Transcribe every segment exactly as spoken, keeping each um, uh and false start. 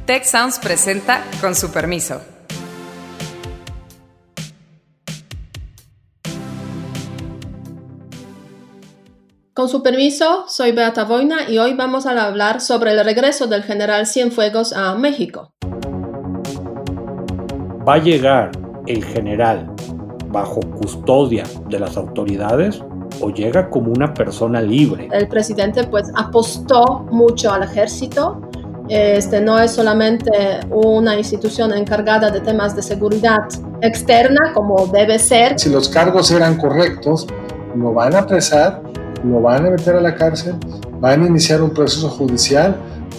Tech Sounds presenta Con su permiso. Con su permiso, soy Beata Voina y hoy vamos a hablar sobre el regreso del general Cienfuegos a México. ¿Va a llegar el general bajo custodia de las autoridades o llega como una persona libre? El presidente pues apostó mucho al ejército. Este no es solamente una institución encargada de temas de seguridad externa como debe ser. Si los cargos eran correctos, lo van a apresar, lo van a meter a la cárcel, van a iniciar un proceso judicial.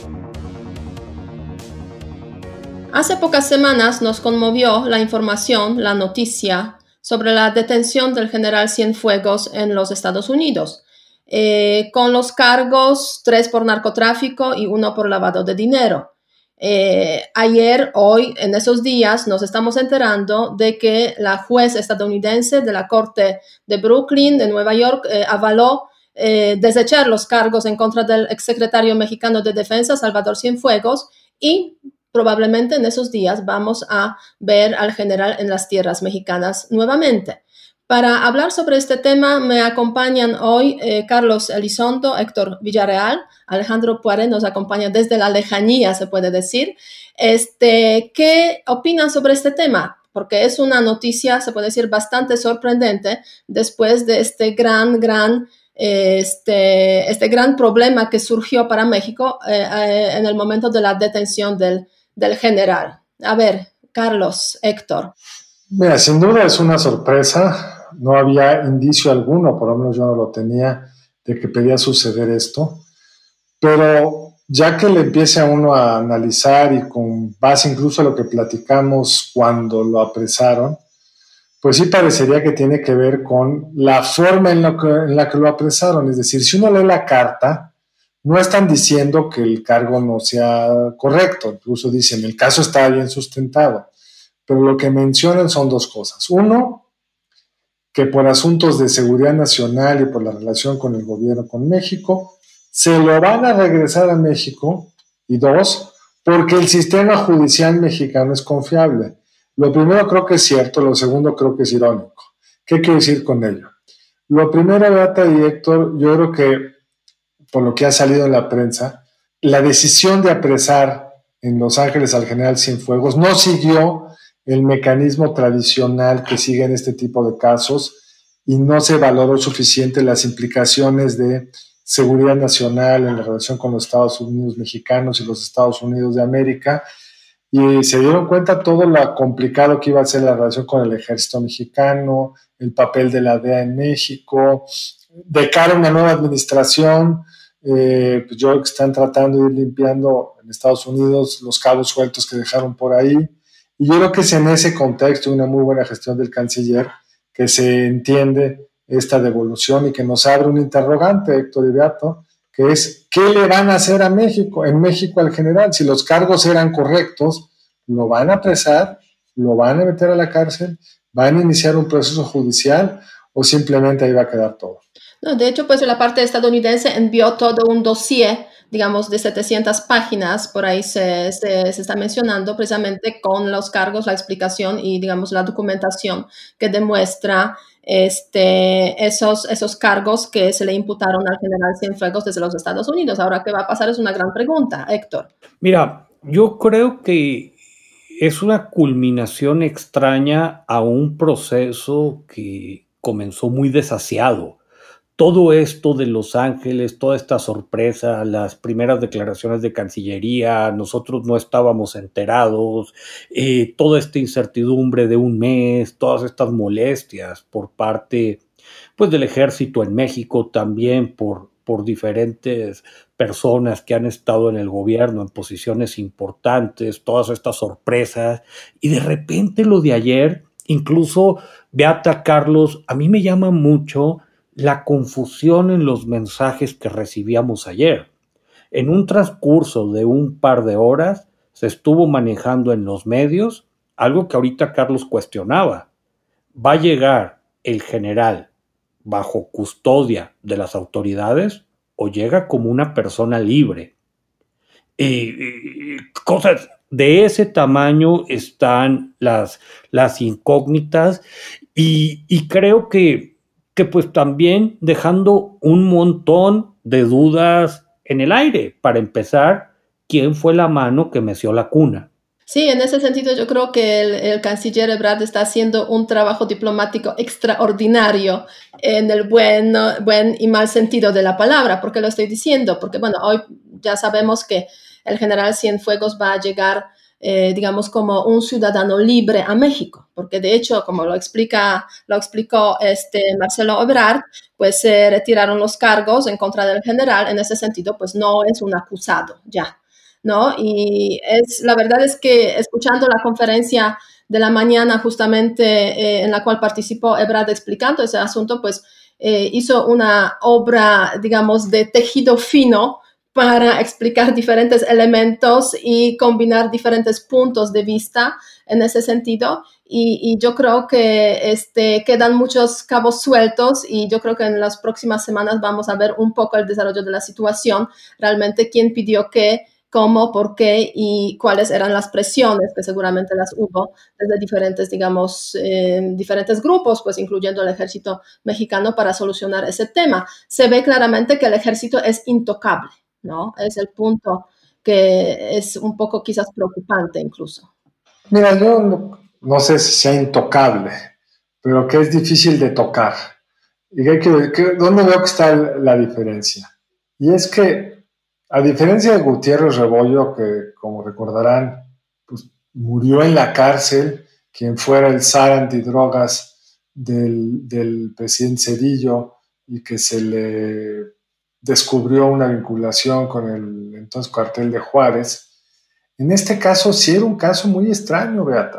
Hace pocas semanas nos conmovió la información, la noticia sobre la detención del general Cienfuegos en los Estados Unidos, eh, con los cargos tres por narcotráfico y uno por lavado de dinero. Eh, ayer, hoy, en esos días, nos estamos enterando de que la juez estadounidense de la Corte de Brooklyn, de Nueva York, eh, avaló eh, desechar los cargos en contra del exsecretario mexicano de Defensa, Salvador Cienfuegos, y probablemente en esos días vamos a ver al general en las tierras mexicanas nuevamente. Para hablar sobre este tema me acompañan hoy eh, Carlos Elizondo, Héctor Villarreal, Alejandro Poiré nos acompaña desde la lejanía, se puede decir. Este, ¿qué opinan sobre este tema? Porque es una noticia, se puede decir, bastante sorprendente después de este gran, gran, este, este gran problema que surgió para México eh, eh, en el momento de la detención del, del general. A ver, Carlos, Héctor. Mira, sin duda es una sorpresa. No había indicio alguno, por lo menos yo no lo tenía, de que podía suceder esto. Pero ya que le empiece a uno a analizar y con base incluso a lo que platicamos cuando lo apresaron, pues sí parecería que tiene que ver con la forma en la que, en la que lo apresaron. Es decir, si uno lee la carta, no están diciendo que el cargo no sea correcto. Incluso dicen, el caso está bien sustentado. Pero lo que mencionan son dos cosas. Uno, que por asuntos de seguridad nacional y por la relación con el gobierno con México, se lo van a regresar a México. Y dos, porque el sistema judicial mexicano es confiable. Lo primero creo que es cierto, lo segundo creo que es irónico. ¿Qué quiero decir con ello? Lo primero, Beata y Héctor, yo creo que, por lo que ha salido en la prensa, la decisión de apresar en Los Ángeles al general Cienfuegos no siguió el mecanismo tradicional que sigue en este tipo de casos y no se valoró suficiente las implicaciones de seguridad nacional en la relación con los Estados Unidos mexicanos y los Estados Unidos de América, y se dieron cuenta todo lo complicado que iba a ser la relación con el ejército mexicano, el papel de la D E A en México, de cara a una nueva administración. Eh, pues yo creo que están tratando de ir limpiando en Estados Unidos los cabos sueltos que dejaron por ahí. Y yo creo que es en ese contexto una muy buena gestión del canciller que se entiende esta devolución y que nos abre un interrogante, Héctor y Beato, que es, ¿qué le van a hacer a México, en México al general? Si los cargos eran correctos, ¿lo van a apresar? ¿Lo van a meter a la cárcel? ¿Van a iniciar un proceso judicial? ¿O simplemente ahí va a quedar todo? No, de hecho, pues la parte estadounidense envió todo un dossier, digamos, de setecientas páginas, por ahí se, se, se está mencionando precisamente con los cargos, la explicación y, digamos, la documentación que demuestra este, esos, esos cargos que se le imputaron al general Cienfuegos desde los Estados Unidos. Ahora, ¿qué va a pasar? Es una gran pregunta, Héctor. Mira, yo creo que es una culminación extraña a un proceso que comenzó muy desasiado. Todo esto de Los Ángeles, toda esta sorpresa, las primeras declaraciones de Cancillería, nosotros no estábamos enterados, eh, toda esta incertidumbre de un mes, todas estas molestias por parte pues, del ejército en México, también por, por diferentes personas que han estado en el gobierno en posiciones importantes, todas estas sorpresas, y de repente lo de ayer, incluso Beata, Carlos, a mí me llama mucho la confusión en los mensajes que recibíamos ayer. En un transcurso de un par de horas se estuvo manejando en los medios algo que ahorita Carlos cuestionaba. ¿Va a llegar el general bajo custodia de las autoridades o llega como una persona libre? eh, eh, cosas de ese tamaño están las, las incógnitas y, y creo que, que pues también dejando un montón de dudas en el aire. Para empezar, ¿quién fue la mano que meció la cuna? Sí, en ese sentido yo creo que el, el canciller Ebrard está haciendo un trabajo diplomático extraordinario en el buen, buen y mal sentido de la palabra. ¿Por qué lo estoy diciendo? Porque, bueno, hoy ya sabemos que el general Cienfuegos va a llegar, eh, digamos, como un ciudadano libre a México, porque de hecho, como lo explica, lo explicó este Marcelo Ebrard, pues se retiraron los cargos en contra del general. En ese sentido, pues no es un acusado ya, ¿no? Y es, la verdad es que escuchando la conferencia de la mañana justamente eh, en la cual participó Ebrard explicando ese asunto, pues eh, hizo una obra, digamos, de tejido fino para explicar diferentes elementos y combinar diferentes puntos de vista en ese sentido. Y, y yo creo que este, quedan muchos cabos sueltos y yo creo que en las próximas semanas vamos a ver un poco el desarrollo de la situación, realmente quién pidió qué, cómo, por qué y cuáles eran las presiones, que seguramente las hubo desde diferentes, digamos, eh, diferentes grupos, pues incluyendo el ejército mexicano para solucionar ese tema. Se ve claramente que el ejército es intocable, ¿no? Es el punto que es un poco quizás preocupante incluso. Mira, yo no, no sé si sea intocable, pero que es difícil de tocar. ¿Y que, que, que, dónde veo que está la diferencia? Y es que a diferencia de Gutiérrez Rebollo, que como recordarán, pues, murió en la cárcel, quien fuera el zar antidrogas del, del presidente Zedillo y que se le descubrió una vinculación con el entonces cuartel de Juárez. En este caso sí era un caso muy extraño, Beata.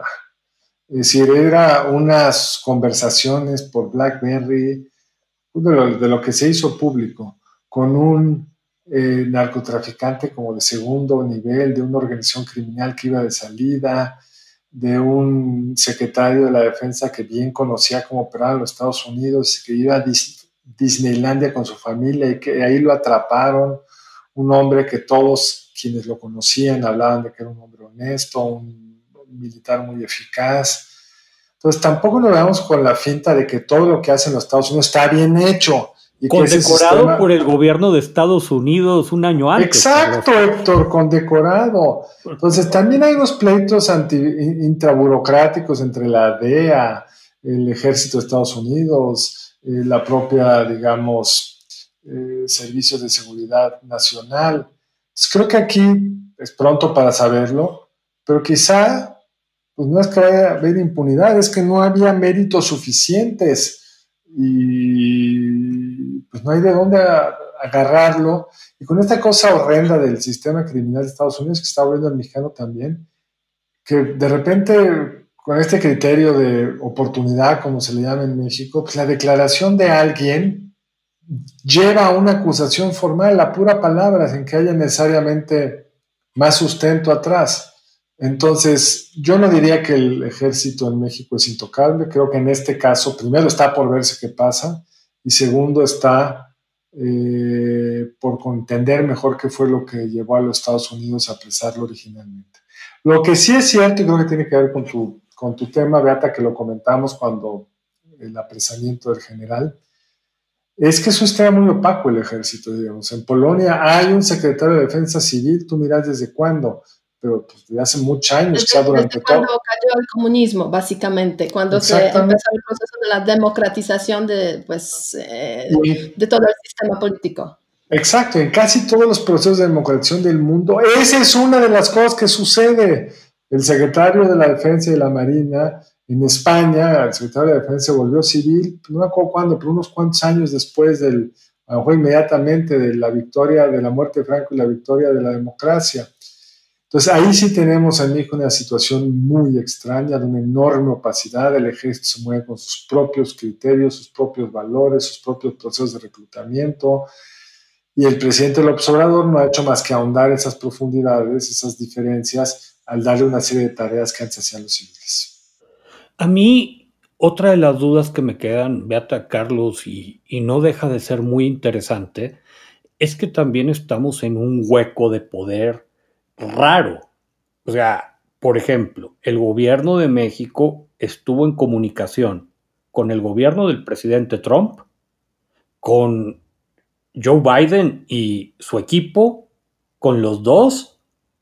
Es decir, era unas conversaciones por BlackBerry, de lo, de lo que se hizo público, con un eh, narcotraficante como de segundo nivel, de una organización criminal que iba de salida, de un secretario de la defensa que bien conocía cómo operaban los Estados Unidos, que iba a Dis- Disneylandia con su familia y que ahí lo atraparon, un hombre que todos quienes lo conocían hablaban de que era un hombre honesto, un, un militar muy eficaz. Entonces tampoco lo veamos con la finta de que todo lo que hacen los Estados Unidos está bien hecho. Y condecorado sistema... por el gobierno de Estados Unidos un año antes. Exacto, Héctor, condecorado. Entonces también hay unos pleitos anti, intraburocráticos entre la D E A, el ejército de Estados Unidos, eh, la propia, digamos, eh, Servicios de Seguridad Nacional. Entonces, creo que aquí es pronto para saberlo, pero quizá pues no es que vaya a haber impunidad, es que no había méritos suficientes y pues no hay de dónde agarrarlo. Y con esta cosa horrenda del sistema criminal de Estados Unidos que está abriendo el mexicano también, que de repente con este criterio de oportunidad, como se le llama en México, pues la declaración de alguien lleva a una acusación formal, la pura palabra, sin que haya necesariamente más sustento atrás. Entonces, yo no diría que el ejército en México es intocable. Creo que en este caso, primero está por verse qué pasa y segundo está eh, por entender mejor qué fue lo que llevó a los Estados Unidos a apresarlo originalmente. Lo que sí es cierto, y creo que tiene que ver con tu, con tu tema, Beata, que lo comentamos cuando el apresamiento del general, es que es un sistema muy opaco el ejército, digamos. En Polonia hay un secretario de Defensa Civil, tú mirás desde cuándo, pero pues, desde hace muchos años, desde, ya durante desde cuando todo. cayó el comunismo, básicamente, cuando se empezó el proceso de la democratización de, pues, eh, sí. de todo el sistema político. Exacto, en casi todos los procesos de democratización del mundo, esa es una de las cosas que sucede. El secretario de la Defensa y de la Marina en España, el secretario de Defensa se volvió civil, no me acuerdo cuándo, pero unos cuantos años después del, a lo mejor inmediatamente de la victoria, de la muerte de Franco y la victoria de la democracia. Entonces ahí sí tenemos en México una situación muy extraña, de una enorme opacidad. El ejército se mueve con sus propios criterios, sus propios valores, sus propios procesos de reclutamiento, y el presidente López Obrador no ha hecho más que ahondar esas profundidades, esas diferencias, al darle una serie de tareas que antes hacían los civiles. A mí, otra de las dudas que me quedan, Beata, Carlos, y, y no deja de ser muy interesante, es que también estamos en un hueco de poder raro. O sea, por ejemplo, el gobierno de México estuvo en comunicación con el gobierno del presidente Trump, con Joe Biden y su equipo, con los dos.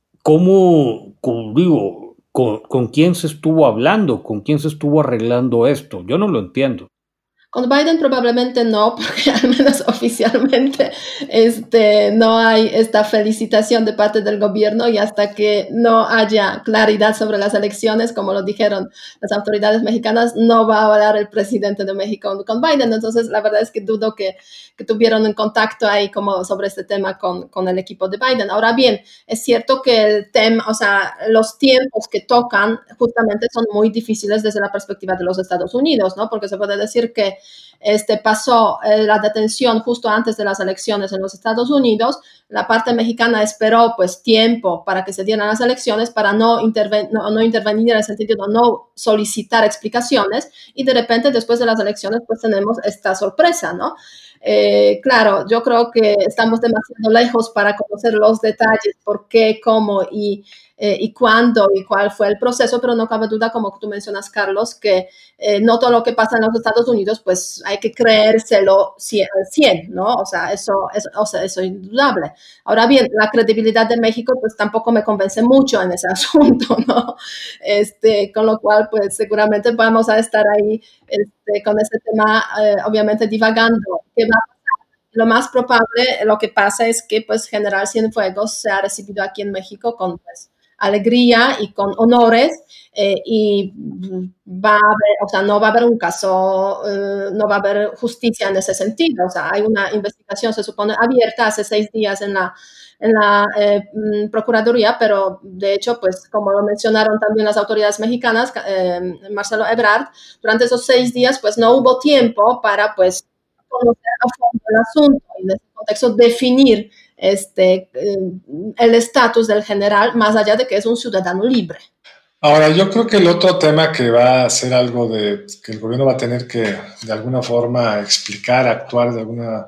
¿Cómo, con, digo, con, con quién se estuvo hablando? ¿Con quién se estuvo arreglando esto? Yo no lo entiendo. Con Biden probablemente no, porque al menos oficialmente este, no hay esta felicitación de parte del gobierno, y hasta que no haya claridad sobre las elecciones, como lo dijeron las autoridades mexicanas, no va a hablar el presidente de México con Biden. Entonces, la verdad es que dudo que, que tuvieron un contacto ahí como sobre este tema con, con el equipo de Biden. Ahora bien, es cierto que el tema, o sea, los tiempos que tocan justamente son muy difíciles desde la perspectiva de los Estados Unidos, ¿no? Porque se puede decir que Este, pasó eh, la detención justo antes de las elecciones en los Estados Unidos. La parte mexicana esperó pues tiempo para que se dieran las elecciones, para no, interven no, no intervenir en el sentido de no solicitar explicaciones, y de repente después de las elecciones pues tenemos esta sorpresa, ¿no? Eh, claro, yo creo que estamos demasiado lejos para conocer los detalles, por qué, cómo y, eh, y cuándo y cuál fue el proceso, pero no cabe duda, como tú mencionas, Carlos, que eh, no todo lo que pasa en los Estados Unidos, pues hay que creérselo al cien, ¿no? O sea, eso es o sea, eso es indudable. Ahora bien, la credibilidad de México, pues tampoco me convence mucho en ese asunto, ¿no? Este, con lo cual, pues seguramente vamos a estar ahí este, con ese tema, eh, obviamente divagando. ¿Qué va a pasar? Lo más probable, lo que pasa es que, pues, General Cienfuegos se ha recibido aquí en México con, pues, alegría y con honores, eh, y va a haber, o sea, no va a haber un caso, eh, no va a haber justicia en ese sentido. O sea, hay una investigación, se supone, abierta hace seis días en la, en la eh, Procuraduría, pero de hecho, pues, como lo mencionaron también las autoridades mexicanas, eh, Marcelo Ebrard, durante esos seis días, pues, no hubo tiempo para, pues, conocer a fondo el asunto y en ese contexto definir este, eh, el estatus del general, más allá de que es un ciudadano libre. Ahora, yo creo que el otro tema que va a ser algo de que el gobierno va a tener que de alguna forma explicar, actuar de alguna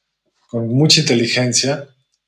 con mucha inteligencia,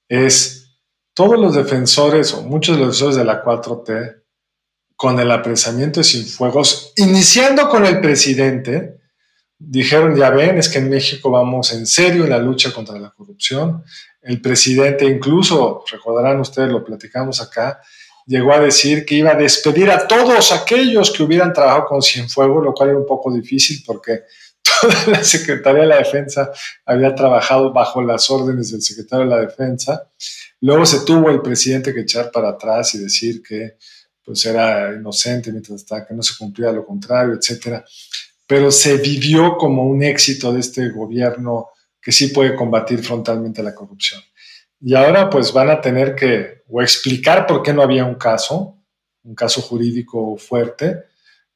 es todos los defensores o muchos de los defensores de la cuatro T, con el apresamiento de Cienfuegos, iniciando con el presidente, dijeron, ya ven, es que en México vamos en serio en la lucha contra la corrupción. El presidente, incluso, recordarán ustedes, lo platicamos acá, llegó a decir que iba a despedir a todos aquellos que hubieran trabajado con Cienfuegos, lo cual era un poco difícil porque toda la Secretaría de la Defensa había trabajado bajo las órdenes del secretario de la Defensa. Luego se tuvo el presidente que echar para atrás y decir que pues, era inocente mientras estaba, que no se cumplía lo contrario, etcétera. Pero se vivió como un éxito de este gobierno que sí puede combatir frontalmente la corrupción. Y ahora pues van a tener que o explicar por qué no había un caso, un caso jurídico fuerte,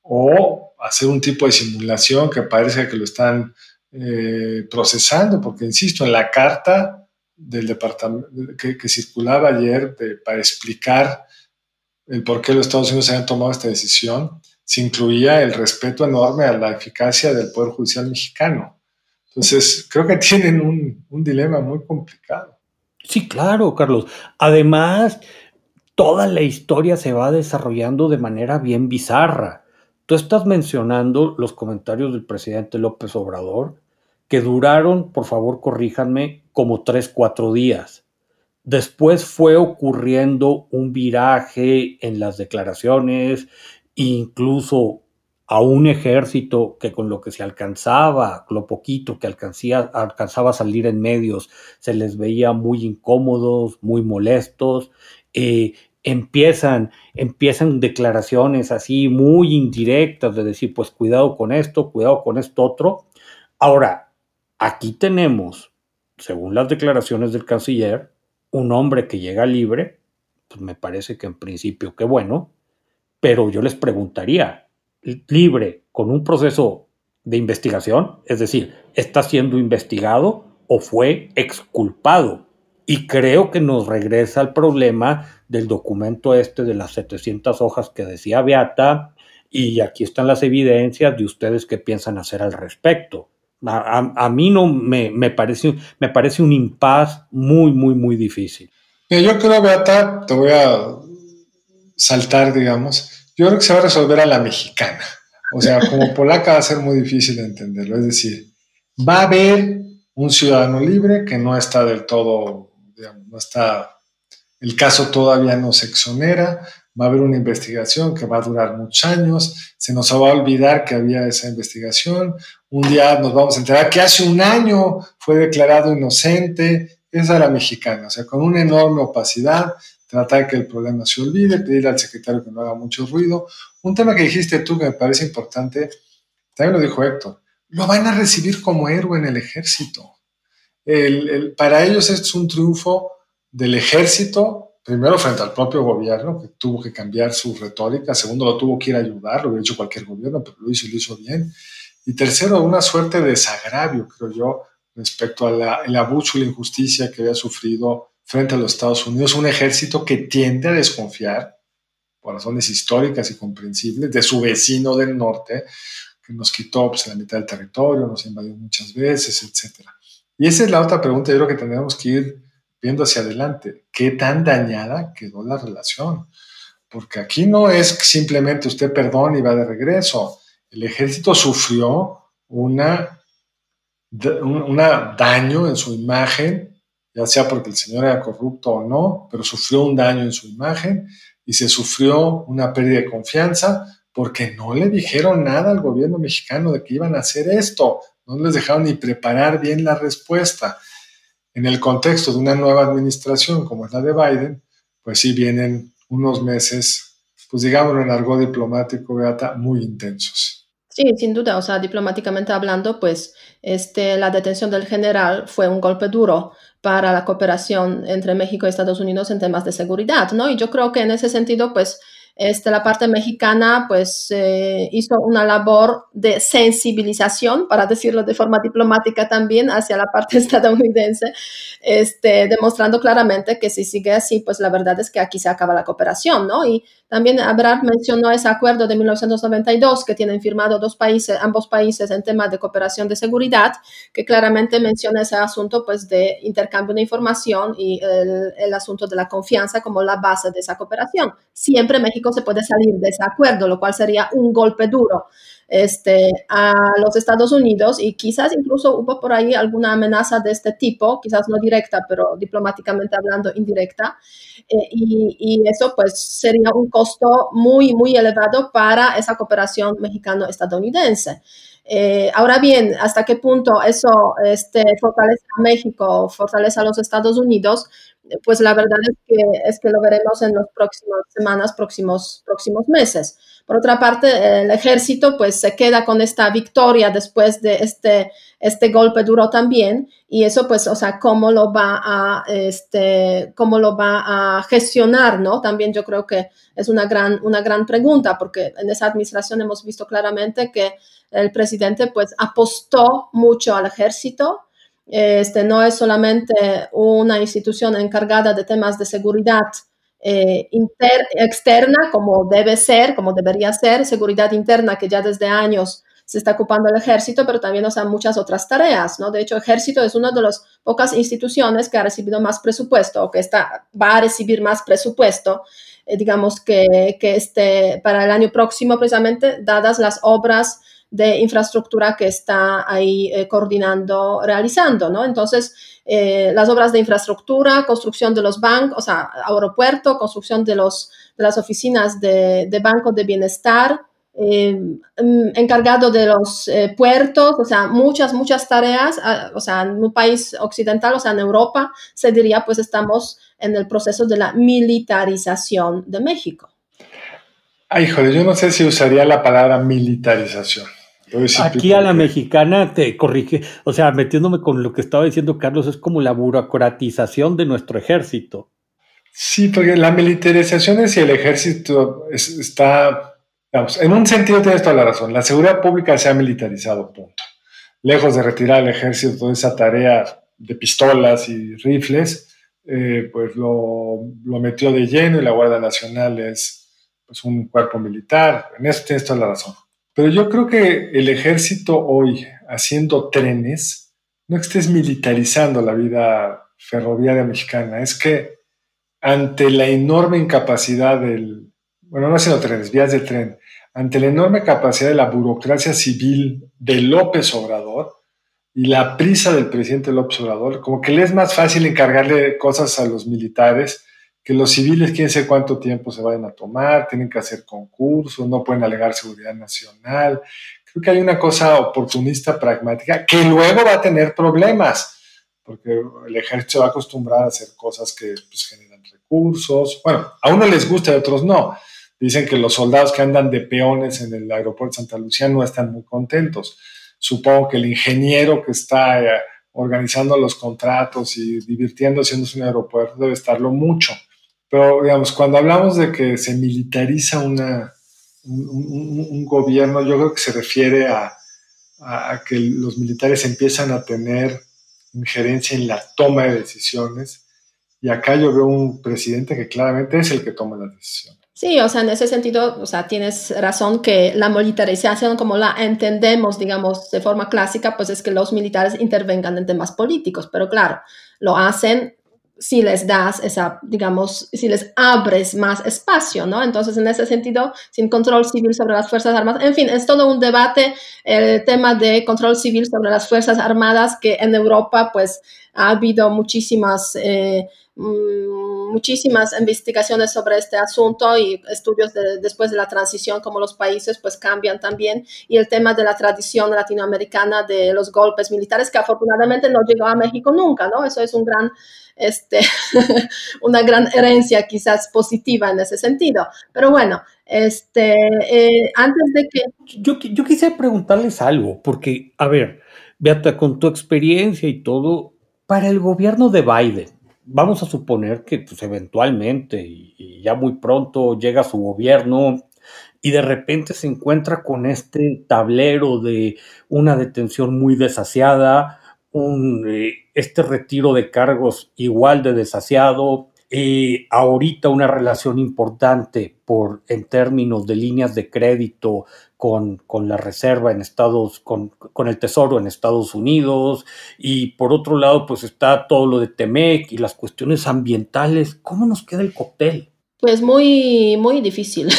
o hacer un tipo de simulación que parece que lo están eh, procesando, porque insisto, en la carta del departamento que, que circulaba ayer de, para explicar el por qué los Estados Unidos habían tomado esta decisión, se incluía el respeto enorme a la eficacia del Poder Judicial mexicano. Entonces, creo que tienen un, un dilema muy complicado. Sí, claro, Carlos. Además, toda la historia se va desarrollando de manera bien bizarra. Tú estás mencionando los comentarios del presidente López Obrador, que duraron, por favor, corríjanme, como tres, cuatro días. Después fue ocurriendo un viraje en las declaraciones, incluso a un ejército que con lo que se alcanzaba, lo poquito que alcancía, alcanzaba a salir en medios, se les veía muy incómodos, muy molestos. Eh, empiezan, empiezan declaraciones así muy indirectas de decir, pues cuidado con esto, cuidado con esto otro. Ahora, aquí tenemos, según las declaraciones del canciller, un hombre que llega libre, pues me parece que en principio qué bueno, pero yo les preguntaría, libre con un proceso de investigación, es decir, ¿está siendo investigado o fue exculpado? Y creo que nos regresa al problema del documento este de las setecientas hojas que decía Beata, y aquí están las evidencias de ustedes qué piensan hacer al respecto. A, a, a mí no me, me, parece, me parece un impasse muy, muy, muy difícil. Mira, yo creo, Beata, te voy a saltar, digamos, yo creo que se va a resolver a la mexicana. O sea, como polaca va a ser muy difícil de entenderlo. Es decir, va a haber un ciudadano libre que no está del todo, digamos, no está, el caso todavía no se exonera, va a haber una investigación que va a durar muchos años, se nos va a olvidar que había esa investigación, un día nos vamos a enterar que hace un año fue declarado inocente. Esa era la mexicana, o sea, con una enorme opacidad, tratar de que el problema se olvide, pedir al secretario que no haga mucho ruido. Un tema que dijiste tú que me parece importante, también lo dijo Héctor, lo van a recibir como héroe en el ejército. El, el, para ellos es un triunfo del ejército, primero frente al propio gobierno, que tuvo que cambiar su retórica, segundo, lo tuvo que ir a ayudar, lo hubiera hecho cualquier gobierno, pero lo hizo y lo hizo bien, y tercero, una suerte de desagravio, creo yo, respecto al abuso y la injusticia que había sufrido frente a los Estados Unidos, un ejército que tiende a desconfiar, por razones históricas y comprensibles, de su vecino del norte, que nos quitó pues, la mitad del territorio, nos invadió muchas veces, etcétera. Y esa es la otra pregunta, yo creo que tenemos que ir viendo hacia adelante. ¿Qué tan dañada quedó la relación? Porque aquí no es simplemente usted perdona y va de regreso. El ejército sufrió una, una daño en su imagen, ya sea porque el señor era corrupto o no, pero sufrió un daño en su imagen y se sufrió una pérdida de confianza porque no le dijeron nada al gobierno mexicano de que iban a hacer esto. No les dejaron ni preparar bien la respuesta. En el contexto de una nueva administración como es la de Biden, pues sí vienen unos meses, pues digámoslo en argot diplomático, Beata, muy intensos. Sí, sin duda, o sea, diplomáticamente hablando, pues este, la detención del general fue un golpe duro para la cooperación entre México y Estados Unidos en temas de seguridad, ¿no? Y yo creo que en ese sentido, pues, Este, la parte mexicana pues eh, hizo una labor de sensibilización, para decirlo de forma diplomática también, hacia la parte estadounidense, este, demostrando claramente que si sigue así, pues la verdad es que aquí se acaba la cooperación, ¿no? Y también Ebrard mencionó ese acuerdo de mil novecientos noventa y dos que tienen firmado dos países, ambos países en temas de cooperación de seguridad, que claramente menciona ese asunto pues de intercambio de información y el, el asunto de la confianza como la base de esa cooperación. Siempre México se puede salir de ese acuerdo, lo cual sería un golpe duro este, a los Estados Unidos, y quizás incluso hubo por ahí alguna amenaza de este tipo, quizás no directa, pero diplomáticamente hablando indirecta, eh, y, y eso pues sería un costo muy, muy elevado para esa cooperación mexicano-estadounidense. Eh, ahora bien, ¿hasta qué punto eso este, fortalece a México, fortalece a los Estados Unidos? Pues la verdad es que, es que lo veremos en las próximas semanas, próximos, próximos meses. Por otra parte, el ejército pues se queda con esta victoria después de este, este golpe duro también, y eso pues, o sea, cómo lo va a, este, cómo lo va a gestionar, ¿no? También yo creo que es una gran, una gran pregunta, porque en esa administración hemos visto claramente que el presidente pues apostó mucho al ejército. Este, no es solamente una institución encargada de temas de seguridad eh, inter, externa, como debe ser, como debería ser, seguridad interna que ya desde años se está ocupando el ejército, pero también, o sea, muchas otras tareas, ¿no? De hecho, el ejército es una de las pocas instituciones que ha recibido más presupuesto, o que está, va a recibir más presupuesto, eh, digamos que, que este, para el año próximo, precisamente, dadas las obras de infraestructura que está ahí eh, coordinando, realizando, ¿no? Entonces, eh, las obras de infraestructura, construcción de los bancos, o sea, aeropuerto, construcción de, los, de las oficinas de, de Banco de Bienestar, eh, encargado de los eh, puertos, o sea, muchas, muchas tareas, eh, o sea, en un país occidental, o sea, en Europa, se diría, pues estamos en el proceso de la militarización de México. Ay, joder, yo no sé si usaría la palabra militarización. Aquí a la mexicana te corrige, o sea, metiéndome con lo que estaba diciendo Carlos, es como la burocratización de nuestro ejército. Sí, porque la militarización es si el ejército es, está, digamos, en un sentido tienes toda la razón, la seguridad pública se ha militarizado, punto. Lejos de retirar al ejército toda esa tarea de pistolas y rifles, eh, pues lo, lo metió de lleno, y la Guardia Nacional es pues, un cuerpo militar, en eso tienes toda la razón. Pero yo creo que el ejército hoy, haciendo trenes, no estés militarizando la vida ferroviaria mexicana, es que ante la enorme incapacidad del, bueno, no haciendo trenes, vías de tren, ante la enorme capacidad de la burocracia civil de López Obrador y la prisa del presidente López Obrador, como que le es más fácil encargarle cosas a los militares que los civiles, quién sabe cuánto tiempo se vayan a tomar, tienen que hacer concursos, no pueden alegar seguridad nacional. Creo que hay una cosa oportunista, pragmática, que luego va a tener problemas, porque el ejército se va a acostumbrar a hacer cosas que pues, generan recursos. Bueno, a unos les gusta y a otros no. Dicen que los soldados que andan de peones en el aeropuerto de Santa Lucía no están muy contentos. Supongo que el ingeniero que está eh, organizando los contratos y divirtiendo haciéndose un aeropuerto debe estarlo mucho. Pero, digamos, cuando hablamos de que se militariza una, un, un, un gobierno, yo creo que se refiere a, a, a que los militares empiezan a tener injerencia en la toma de decisiones. Y acá yo veo un presidente que claramente es el que toma las decisiones. Sí, o sea, en ese sentido, o sea, tienes razón que la militarización, como la entendemos, digamos, de forma clásica, pues es que los militares intervengan en temas políticos, pero claro, lo hacen si les das esa, digamos, si les abres más espacio, ¿no? Entonces, en ese sentido, sin control civil sobre las Fuerzas Armadas, en fin, es todo un debate, el tema de control civil sobre las Fuerzas Armadas, que en Europa, pues, ha habido muchísimas, eh, mmm, muchísimas investigaciones sobre este asunto y estudios de, después de la transición, como los países, pues, cambian también, y el tema de la tradición latinoamericana de los golpes militares, que afortunadamente no llegó a México nunca, ¿no? Eso es un gran... Este, una gran herencia quizás positiva en ese sentido. Pero bueno, este, eh, antes de que... Yo, yo quisiera preguntarles algo, porque, a ver, Beata, con tu experiencia y todo, para el gobierno de Biden, vamos a suponer que pues, eventualmente y, y ya muy pronto llega su gobierno y de repente se encuentra con este tablero de una detención muy desasiada, Un, eh, este retiro de cargos igual de desasiado, eh, ahorita una relación importante por, en términos de líneas de crédito con, con la reserva en Estados, con, con el Tesoro en Estados Unidos, y por otro lado pues está todo lo de Temec y las cuestiones ambientales. ¿Cómo nos queda el cóctel? Pues muy, muy difícil.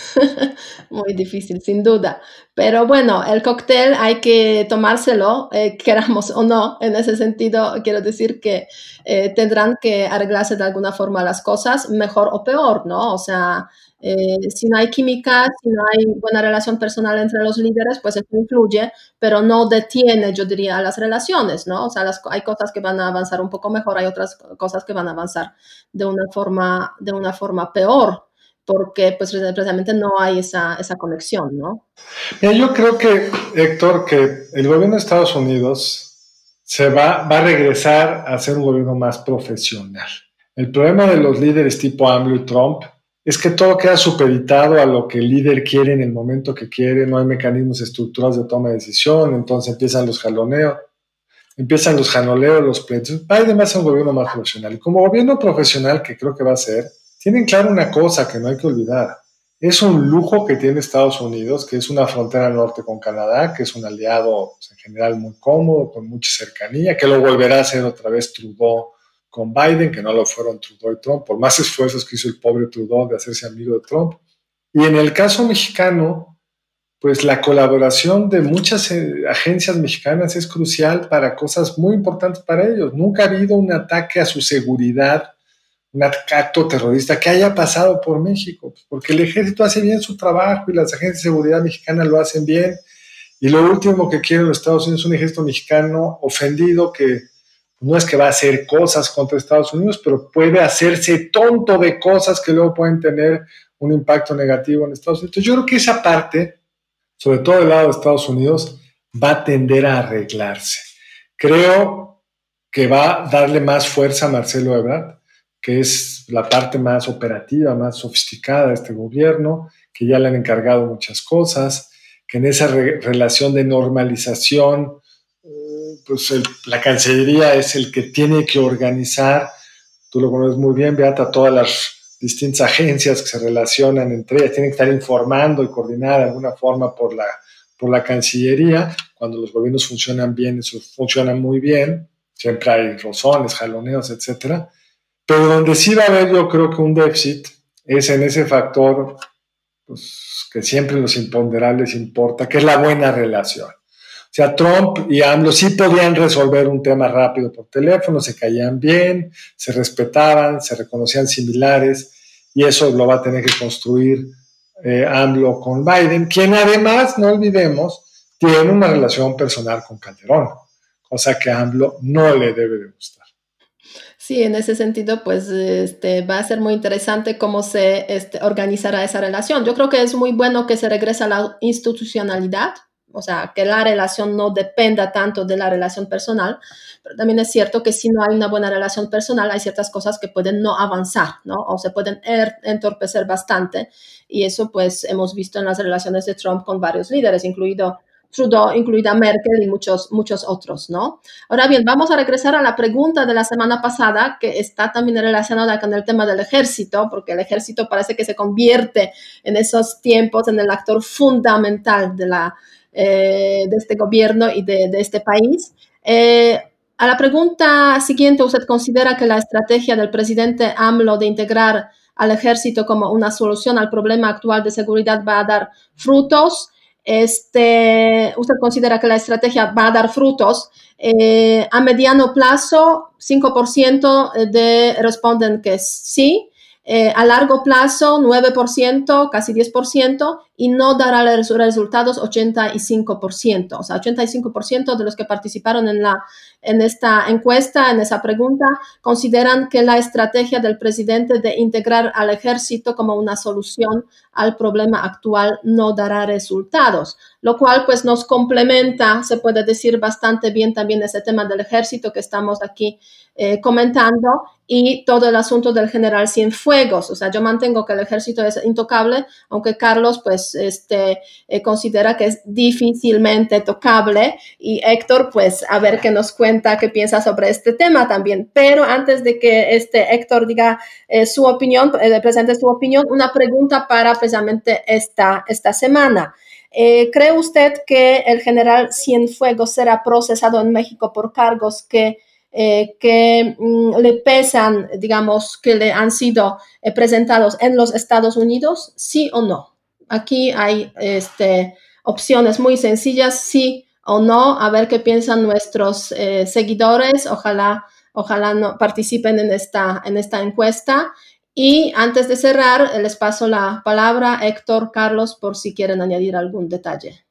Muy difícil, sin duda. Pero bueno, el cóctel hay que tomárselo, eh, queramos o no. En ese sentido, quiero decir que eh, tendrán que arreglarse de alguna forma las cosas, mejor o peor, ¿no? O sea, eh, si no hay química, si no hay buena relación personal entre los líderes, pues eso influye, pero no detiene, yo diría, las relaciones, ¿no? O sea, las, hay cosas que van a avanzar un poco mejor, hay otras cosas que van a avanzar de una forma, de una forma peor, porque pues precisamente no hay esa, esa conexión, ¿no? Mira, yo creo que, Héctor, que el gobierno de Estados Unidos se va, va a regresar a ser un gobierno más profesional. El problema de los líderes tipo AMLO y Trump es que todo queda supeditado a lo que el líder quiere en el momento que quiere, no hay mecanismos estructurados de toma de decisión, entonces empiezan los jaloneos, empiezan los janoleos, los pleitos. Biden va a ser un gobierno más profesional. Y como gobierno profesional, que creo que va a ser, tienen claro una cosa que no hay que olvidar. Es un lujo que tiene Estados Unidos, que es una frontera norte con Canadá, que es un aliado pues, en general muy cómodo, con mucha cercanía, que lo volverá a hacer otra vez Trudeau con Biden, que no lo fueron Trudeau y Trump, por más esfuerzos que hizo el pobre Trudeau de hacerse amigo de Trump. Y en el caso mexicano, pues la colaboración de muchas eh, agencias mexicanas es crucial para cosas muy importantes para ellos. Nunca ha habido un ataque a su seguridad, un acto terrorista que haya pasado por México, porque el ejército hace bien su trabajo y las agencias de seguridad mexicanas lo hacen bien. Y lo último que quieren los Estados Unidos es un ejército mexicano ofendido que no es que va a hacer cosas contra Estados Unidos, pero puede hacerse tonto de cosas que luego pueden tener un impacto negativo en Estados Unidos. Entonces, yo creo que esa parte, sobre todo del lado de Estados Unidos, va a tender a arreglarse. Creo que va a darle más fuerza a Marcelo Ebrard, que es la parte más operativa, más sofisticada de este gobierno, que ya le han encargado muchas cosas, que en esa re- relación de normalización, eh, pues el, la Cancillería es el que tiene que organizar, tú lo conoces muy bien, Beata, todas las distintas agencias que se relacionan entre ellas, tienen que estar informando y coordinar de alguna forma por la, por la Cancillería. Cuando los gobiernos funcionan bien, eso funciona muy bien, siempre hay rozones, jaloneos, etcétera. Pero donde sí va a haber, yo creo que un déficit es en ese factor pues, que siempre los imponderables importa, que es la buena relación. O sea, Trump y AMLO sí podían resolver un tema rápido por teléfono, se caían bien, se respetaban, se reconocían similares, y eso lo va a tener que construir eh, AMLO con Biden, quien además, no olvidemos, tiene una relación personal con Calderón, cosa que a AMLO no le debe de gustar. Sí, en ese sentido, pues este, va a ser muy interesante cómo se este, organizará esa relación. Yo creo que es muy bueno que se regrese a la institucionalidad, o sea, que la relación no dependa tanto de la relación personal, pero también es cierto que si no hay una buena relación personal, hay ciertas cosas que pueden no avanzar, ¿no? O se pueden er- entorpecer bastante, y eso pues hemos visto en las relaciones de Trump con varios líderes, incluido Trudeau, incluida Merkel y muchos, muchos otros, ¿no? Ahora bien, vamos a regresar a la pregunta de la semana pasada, que está también relacionada con el tema del ejército, porque el ejército parece que se convierte en esos tiempos en el actor fundamental de, la, eh, de este gobierno y de, de este país. Eh, a la pregunta siguiente, ¿usted considera que la estrategia del presidente AMLO de integrar al ejército como una solución al problema actual de seguridad va a dar frutos? Este, ¿usted considera que la estrategia va a dar frutos? Eh, a mediano plazo, cinco por ciento de responden que sí. Eh, a largo plazo, nueve por ciento, casi diez por ciento, y no dará los resultados ochenta y cinco por ciento. O sea, ochenta y cinco por ciento de los que participaron en, la, en esta encuesta, en esa pregunta, consideran que la estrategia del presidente de integrar al ejército como una solución al problema actual no dará resultados, lo cual pues nos complementa, se puede decir bastante bien también ese tema del ejército que estamos aquí eh, comentando, y todo el asunto del general Cienfuegos. O sea, yo mantengo que el ejército es intocable, aunque Carlos pues este, eh, considera que es difícilmente tocable, y Héctor pues a ver qué nos cuenta, qué piensa sobre este tema también. Pero antes de que este Héctor diga eh, su opinión, eh, presente su opinión, una pregunta para precisamente esta, esta semana. Eh, ¿Cree usted que el general Cienfuegos será procesado en México por cargos que Eh, que mm, le pesan, digamos, que le han sido eh, presentados en los Estados Unidos? ¿Sí o no? Aquí hay este, opciones muy sencillas, sí o no, a ver qué piensan nuestros eh, seguidores. Ojalá, ojalá no participen en esta, en esta encuesta. Y antes de cerrar, les paso la palabra a Héctor, Carlos, por si quieren añadir algún detalle.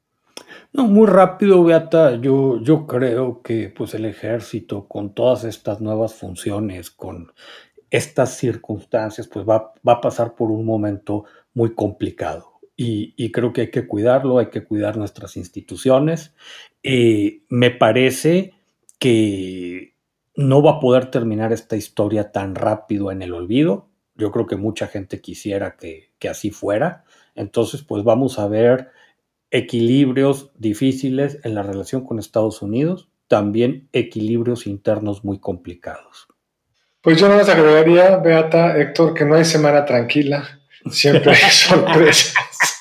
No, muy rápido, Beata. Yo, yo creo que pues, el ejército, con todas estas nuevas funciones, con estas circunstancias, pues va, va a pasar por un momento muy complicado. Y, y creo que hay que cuidarlo, hay que cuidar nuestras instituciones. Eh, me parece que no va a poder terminar esta historia tan rápido en el olvido. Yo creo que mucha gente quisiera que, que así fuera. Entonces, pues vamos a ver equilibrios difíciles en la relación con Estados Unidos, también equilibrios internos muy complicados. Pues yo no les agregaría, Beata, Héctor, que no hay semana tranquila, siempre hay sorpresas,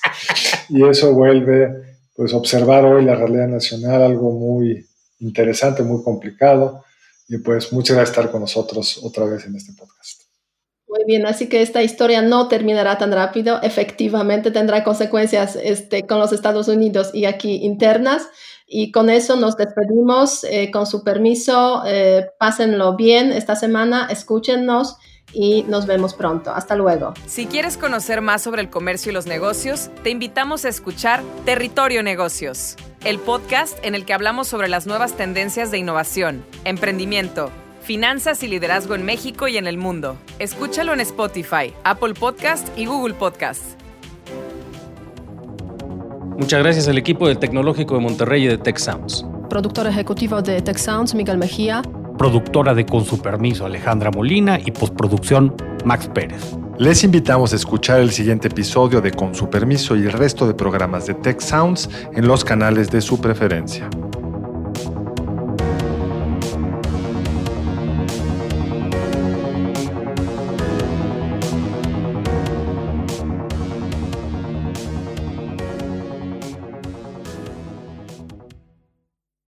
y eso vuelve, pues, observar hoy la realidad nacional, algo muy interesante, muy complicado, y pues muchas gracias por estar con nosotros otra vez en este podcast. Muy bien, así que esta historia no terminará tan rápido. Efectivamente tendrá consecuencias este, con los Estados Unidos y aquí internas. Y con eso nos despedimos. Eh, con su permiso, eh, pásenlo bien esta semana, escúchennos y nos vemos pronto. Hasta luego. Si quieres conocer más sobre el comercio y los negocios, te invitamos a escuchar Territorio Negocios, el podcast en el que hablamos sobre las nuevas tendencias de innovación, emprendimiento, finanzas y liderazgo en México y en el mundo. Escúchalo en Spotify, Apple Podcast y Google Podcast. Muchas gracias al equipo del Tecnológico de Monterrey y de Tech Sounds. Productor ejecutivo de Tech Sounds, Miguel Mejía. Productora de Con su permiso, Alejandra Molina, y postproducción, Max Pérez. Les invitamos a escuchar el siguiente episodio de Con su permiso y el resto de programas de Tech Sounds en los canales de su preferencia.